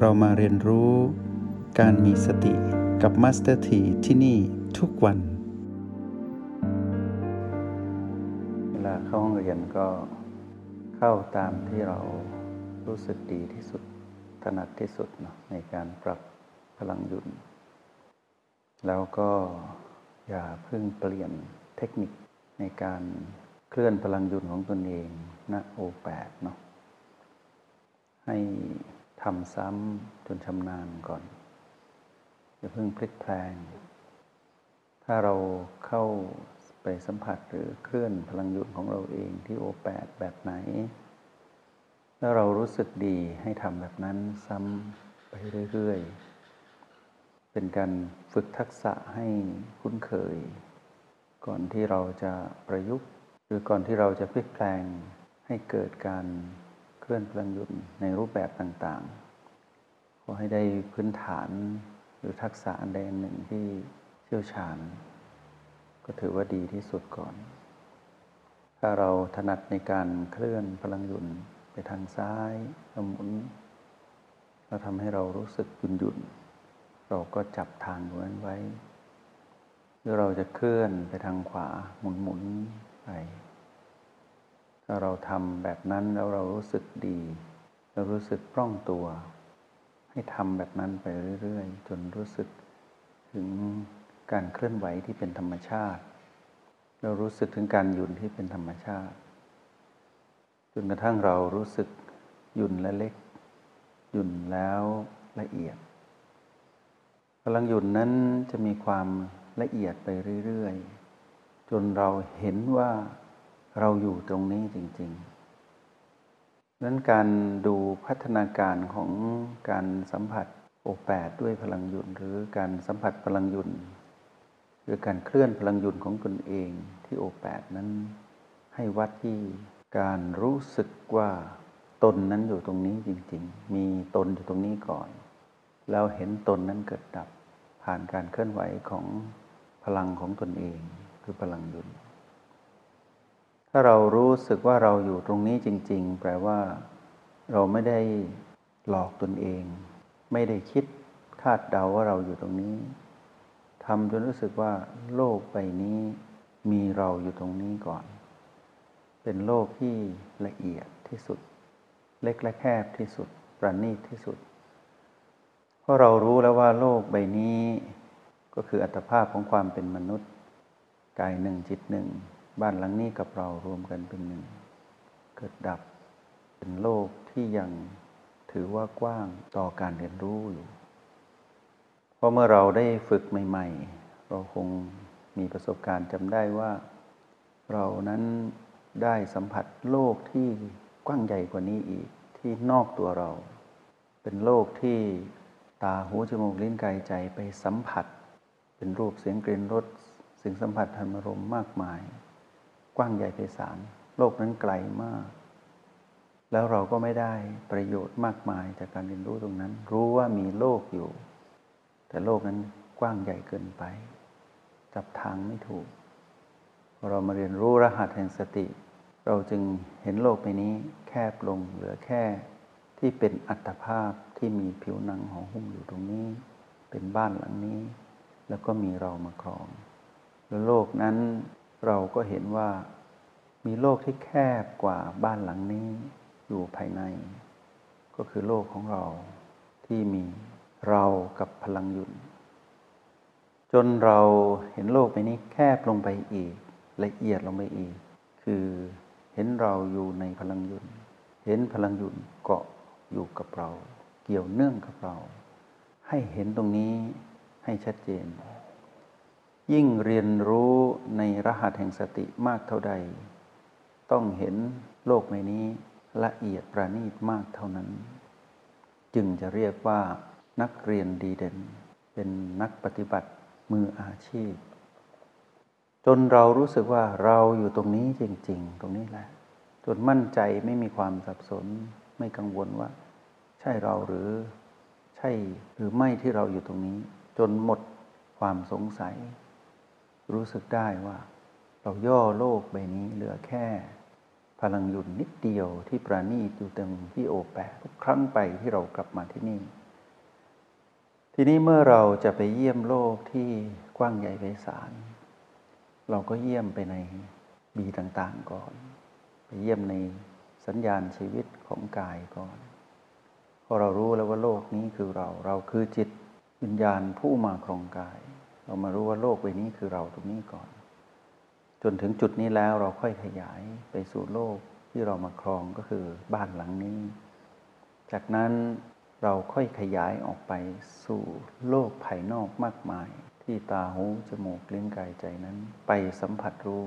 เรามาเรียนรู้การมีสติกับมาสเตอร์ทีที่นี่ทุกวันเวลาเข้าห้องเรียนก็เข้าตามที่เรารู้สึกดีที่สุดถนัดที่สุดในการปรับพลังหยุดแล้วก็อย่าเพิ่งเปลี่ยนเทคนิคในการเคลื่อนพลังหยุดของตนเองณโอแปดให้ทำซ้ำจนชำนาญก่อนอย่าเพิ่งพลิกแพลงถ้าเราเข้าไปสัมผัสหรือเคลื่อนพลังหยุดของเราเองที่โอแปดแบบไหนแล้วเรารู้สึกดีให้ทำแบบนั้นซ้ำไปเรื่อยๆเป็นการฝึกทักษะให้คุ้นเคยก่อนที่เราจะประยุกต์หรือก่อนที่เราจะพลิกแพลงให้เกิดการเคลื่อนพลังหยุดในรูปแบบต่างๆขอให้ได้พื้นฐานหรือทักษะอันใดอันหนึ่งที่เชี่ยวชาญก็ถือว่าดีที่สุดก่อนถ้าเราถนัดในการเคลื่อนพลังหยุดไปทางซ้ายหมุนเราทำให้เรารู้สึกหยุ่นเราก็จับทางนั้นไว้หรือเราจะเคลื่อนไปทางขวาหมุนไปถ้าเราทำแบบนั้นแล้วเรารู้สึกดีเรารู้สึกคล่องตัวให้ทำแบบนั้นไปเรื่อยๆจนรู้สึกถึงการเคลื่อนไหวที่เป็นธรรมชาติเรารู้สึกถึงการหยุ่นที่เป็นธรรมชาติจนกระทั่งเรารู้สึกหยุ่นและเล็กหยุ่นแล้วละเอียดพลังหยุ่นนั้นจะมีความละเอียดไปเรื่อยๆจนเราเห็นว่าเราอยู่ตรงนี้จริงๆนั้นการดูพัฒนาการของการสัมผัสโอแปดด้วยพลังหยุ่นหรือการสัมผัสพลังหยุ่นหรือการเคลื่อนพลังหยุ่นของตนเองที่โอแปดนั้นให้วัดที่การรู้สึกว่าตนนั้นอยู่ตรงนี้จริงๆมีตนอยู่ตรงนี้ก่อนแล้วเห็นตนนั้นเกิดดับผ่านการเคลื่อนไหวของพลังของตนเองคือพลังหยุ่นถ้าเรารู้สึกว่าเราอยู่ตรงนี้จริงๆแปลว่าเราไม่ได้หลอกตนเองไม่ได้คิดคาดเดาว่าเราอยู่ตรงนี้ทำจนรู้สึกว่าโลกใบนี้มีเราอยู่ตรงนี้ก่อนเป็นโลกที่ละเอียดที่สุดเล็กและแคบที่สุดประณีตที่สุดเพราะเรารู้แล้วว่าโลกใบนี้ก็คืออัตภาพของความเป็นมนุษย์กายหนึ่งจิตหนึ่งบ้านหลังนี้กับเรารวมกันเป็นหนึ่งเกิดดับเป็นโลกที่ยังถือว่ากว้างต่อการเรียนรู้อยู่เพราะเมื่อเราได้ฝึกใหม่ๆเราคงมีประสบการณ์จำได้ว่าเรานั้นได้สัมผัสโลกที่กว้างใหญ่กว่านี้อีกที่นอกตัวเราเป็นโลกที่ตาหูจมูกลิ้นกายใจไปสัมผัสเป็นรูปเสียงกลิ่นรสสิ่งสัมผัสธรรมารมณ์มากมายกว้างใหญ่ไพศาลโลกนั้นไกลมากแล้วเราก็ไม่ได้ประโยชน์มากมายจากการเรียนรู้ตรงนั้นรู้ว่ามีโลกอยู่แต่โลกนั้นกว้างใหญ่เกินไปจับทางไม่ถูกพอเรามาเรียนรู้รหัสแห่งสติเราจึงเห็นโลกใบนี้แคบลงเหลือแค่ที่เป็นอัตภาพที่มีผิวหนังห่อหุ้มอยู่ตรงนี้เป็นบ้านหลังนี้แล้วก็มีเรามาครองแล้วโลกนั้นเราก็เห็นว่ามีโลกที่แคบกว่าบ้านหลังนี้อยู่ภายในก็คือโลกของเราที่มีเรากับพลังหยุ่นจนเราเห็นโลกใบนี้แคบลงไปอีกละเอียดลงไปอีกคือเห็นเราอยู่ในพลังหยุ่นเห็นพลังหยุ่นเกาะอยู่กับเราเกี่ยวเนื่องกับเราให้เห็นตรงนี้ให้ชัดเจนยิ่งเรียนรู้ในรหัสแห่งสติมากเท่าใดต้องเห็นโลกใบนี้ละเอียดประณีตมากเท่านั้นจึงจะเรียกว่านักเรียนดีเด่นเป็นนักปฏิบัติมืออาชีพจนเรารู้สึกว่าเราอยู่ตรงนี้จริงๆตรงนี้แหละจนมั่นใจไม่มีความสับสนไม่กังวลว่าใช่เราหรือใช่หรือไม่ที่เราอยู่ตรงนี้จนหมดความสงสัยรู้สึกได้ว่าเราย่อโลกใบนี้เหลือแค่พลังหยุ่นนิดเดียวที่ประณีตอยู่ตรงที่โอแปดทุกครั้งไปที่เรากลับมาที่นี่ทีนี้เมื่อเราจะไปเยี่ยมโลกที่กว้างใหญ่ไพศาลเราก็เยี่ยมไปในบีต่างๆก่อนไปเยี่ยมในสัญญาณชีวิตของกายก่อนพอเรารู้แล้วว่าโลกนี้คือเราคือจิตวิญญาณผู้มาครองกายเรามารู้ว่าโลกใบนี้คือเราตรงนี้ก่อนจนถึงจุดนี้แล้วเราค่อยขยายไปสู่โลกที่เรามาครองก็คือบ้านหลังนี้จากนั้นเราค่อยขยายออกไปสู่โลกภายนอกมากมายที่ตาหูจมูกลิ้นกายใจนั้นไปสัมผัสรู้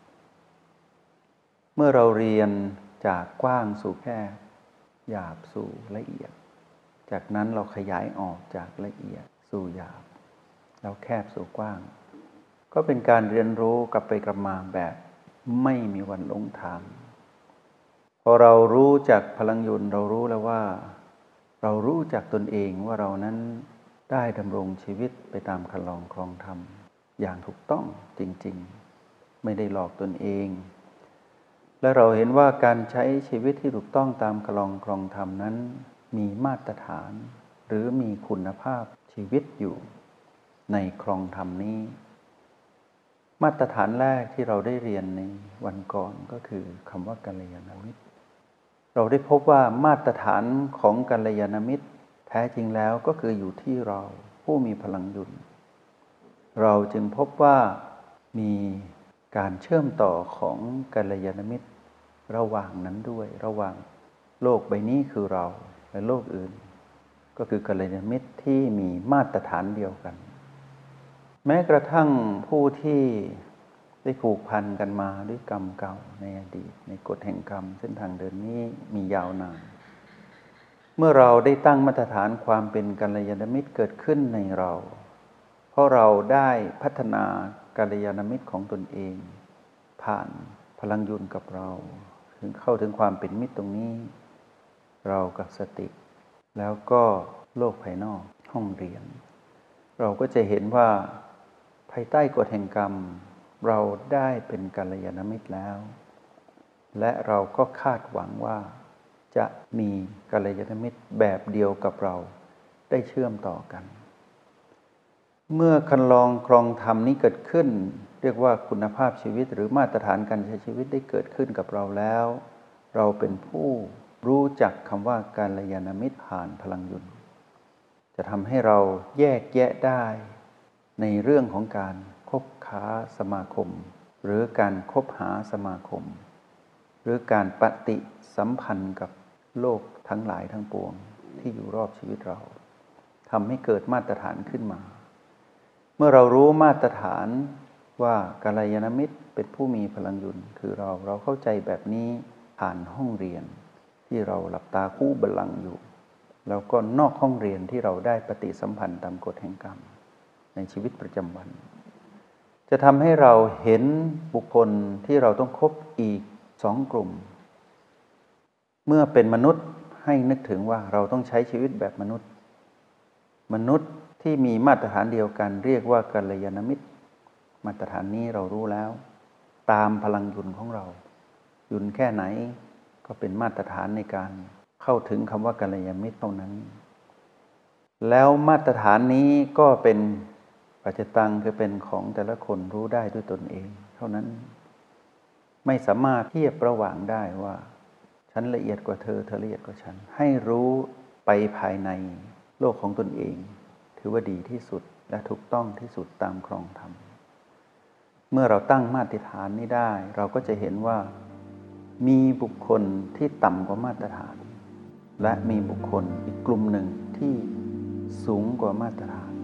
เมื่อเราเรียนจากกว้างสู่แคบหยาบสู่ละเอียดจากนั้นเราขยายออกจากละเอียดสู่หยาบแล้วแคบสู่กว้างก็เป็นการเรียนรู้กลับไปกลับมาแบบไม่มีวันหลงทางพอเรารู้จักพลังยุนเรารู้แล้วว่าเรารู้จักตนเองว่าเรานั้นได้ดำรงชีวิตไปตามคันลองครองธรรมอย่างถูกต้องจริงๆไม่ได้หลอกตนเองและเราเห็นว่าการใช้ชีวิตที่ถูกต้องตามคันลองครองธรรมนั้นมีมาตรฐานหรือมีคุณภาพชีวิตอยู่ในครองธรรมนี้มาตรฐานแรกที่เราได้เรียนในวันก่อนก็คือคำว่ากัลยาณมิตรเราได้พบว่ามาตรฐานของกัลยาณมิตรแท้จริงแล้วก็คืออยู่ที่เราผู้มีพลังยุนเราจึงพบว่ามีการเชื่อมต่อของกัลยาณมิตรระหว่างนั้นด้วยระหว่างโลกใบนี้คือเราและโลกอื่นก็คือกัลยาณมิตรที่มีมาตรฐานเดียวกันแม้กระทั่งผู้ที่ได้ผูกพันกันมาด้วยกรรมเก่าในอดีตในกฎแห่งกรรมเส้นทางเดินนี้มียาวนานเมื่อเราได้ตั้งมาตรฐานความเป็นกัลยาณมิตรเกิดขึ้นในเราเพราะเราได้พัฒนากัลยาณมิตรของตนเองผ่านพลังยุนกับเราถึงเข้าถึงความเป็นมิตรตรงนี้เรากับสติแล้วก็โลกภายนอกห้องเรียนเราก็จะเห็นว่าภายใต้กฎแห่งกรรมเราได้เป็นกัลยาณมิตรแล้วและเราก็คาดหวังว่าจะมีกัลยาณมิตรแบบเดียวกับเราได้เชื่อมต่อกันเมื่อคันลองครองธรรมนี้เกิดขึ้นเรียกว่าคุณภาพชีวิตหรือมาตรฐานการใช้ชีวิตได้เกิดขึ้นกับเราแล้วเราเป็นผู้รู้จักคำว่ากัลยาณมิตรผ่านพลังยุนจะทำให้เราแยกแยะได้ในเรื่องของการคบค้าสมาคมหรือการคบหาสมาคมหรือการปฏิสัมพันธ์กับโลกทั้งหลายทั้งปวงที่อยู่รอบชีวิตเราทำให้เกิดมาตรฐานขึ้นมาเมื่อเรารู้มาตรฐานว่ากัลยาณมิตรเป็นผู้มีพลังยุนคือเราเข้าใจแบบนี้ผ่านห้องเรียนที่เราหลับตาคู่บัลลังก์อยู่แล้วก็นอกห้องเรียนที่เราได้ปฏิสัมพันธ์ตามกฎแห่งกรรมในชีวิตประจำวันจะทำให้เราเห็นบุคคลที่เราต้องคบอีก2 กลุ่มเมื่อเป็นมนุษย์ให้นึกถึงว่าเราต้องใช้ชีวิตแบบมนุษย์ที่มีมาตรฐานเดียวกันเรียกว่ากัลยาณมิตรมาตรฐานนี้เรารู้แล้วตามพลังยุนของเรายุนแค่ไหนก็เป็นมาตรฐานในการเข้าถึงคำว่ากัลยาณมิตรเท่านั้นแล้วมาตรฐานนี้ก็เป็นปัจจตังคือเป็นของแต่ละคนรู้ได้ด้วยตนเองเท่านั้นไม่สามารถเทียบระหว่างได้ว่าฉันละเอียดกว่าเธอละเอียดกว่าฉันให้รู้ไปภายในโลกของตนเองถือว่าดีที่สุดและถูกต้องที่สุดตามครองธรรมเมื่อเราตั้งมาตรฐานนี้ได้เราก็จะเห็นว่ามีบุคคลที่ต่ำกว่ามาตรฐานและมีบุคคลอีกกลุ่มหนึ่งที่สูงกว่ามาตรฐาน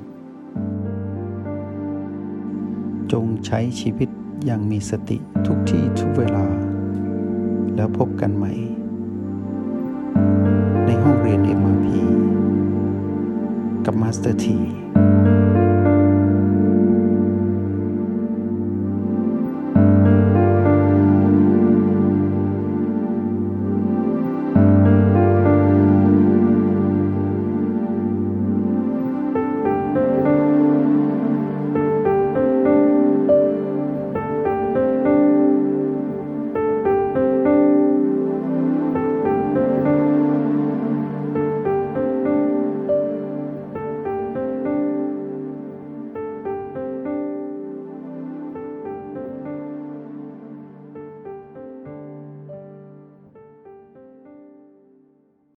จงใช้ชีวิตอย่างมีสติทุกที่ทุกเวลาแล้วพบกันใหม่ในห้องเรียน MRP กับมาสเตอร์ที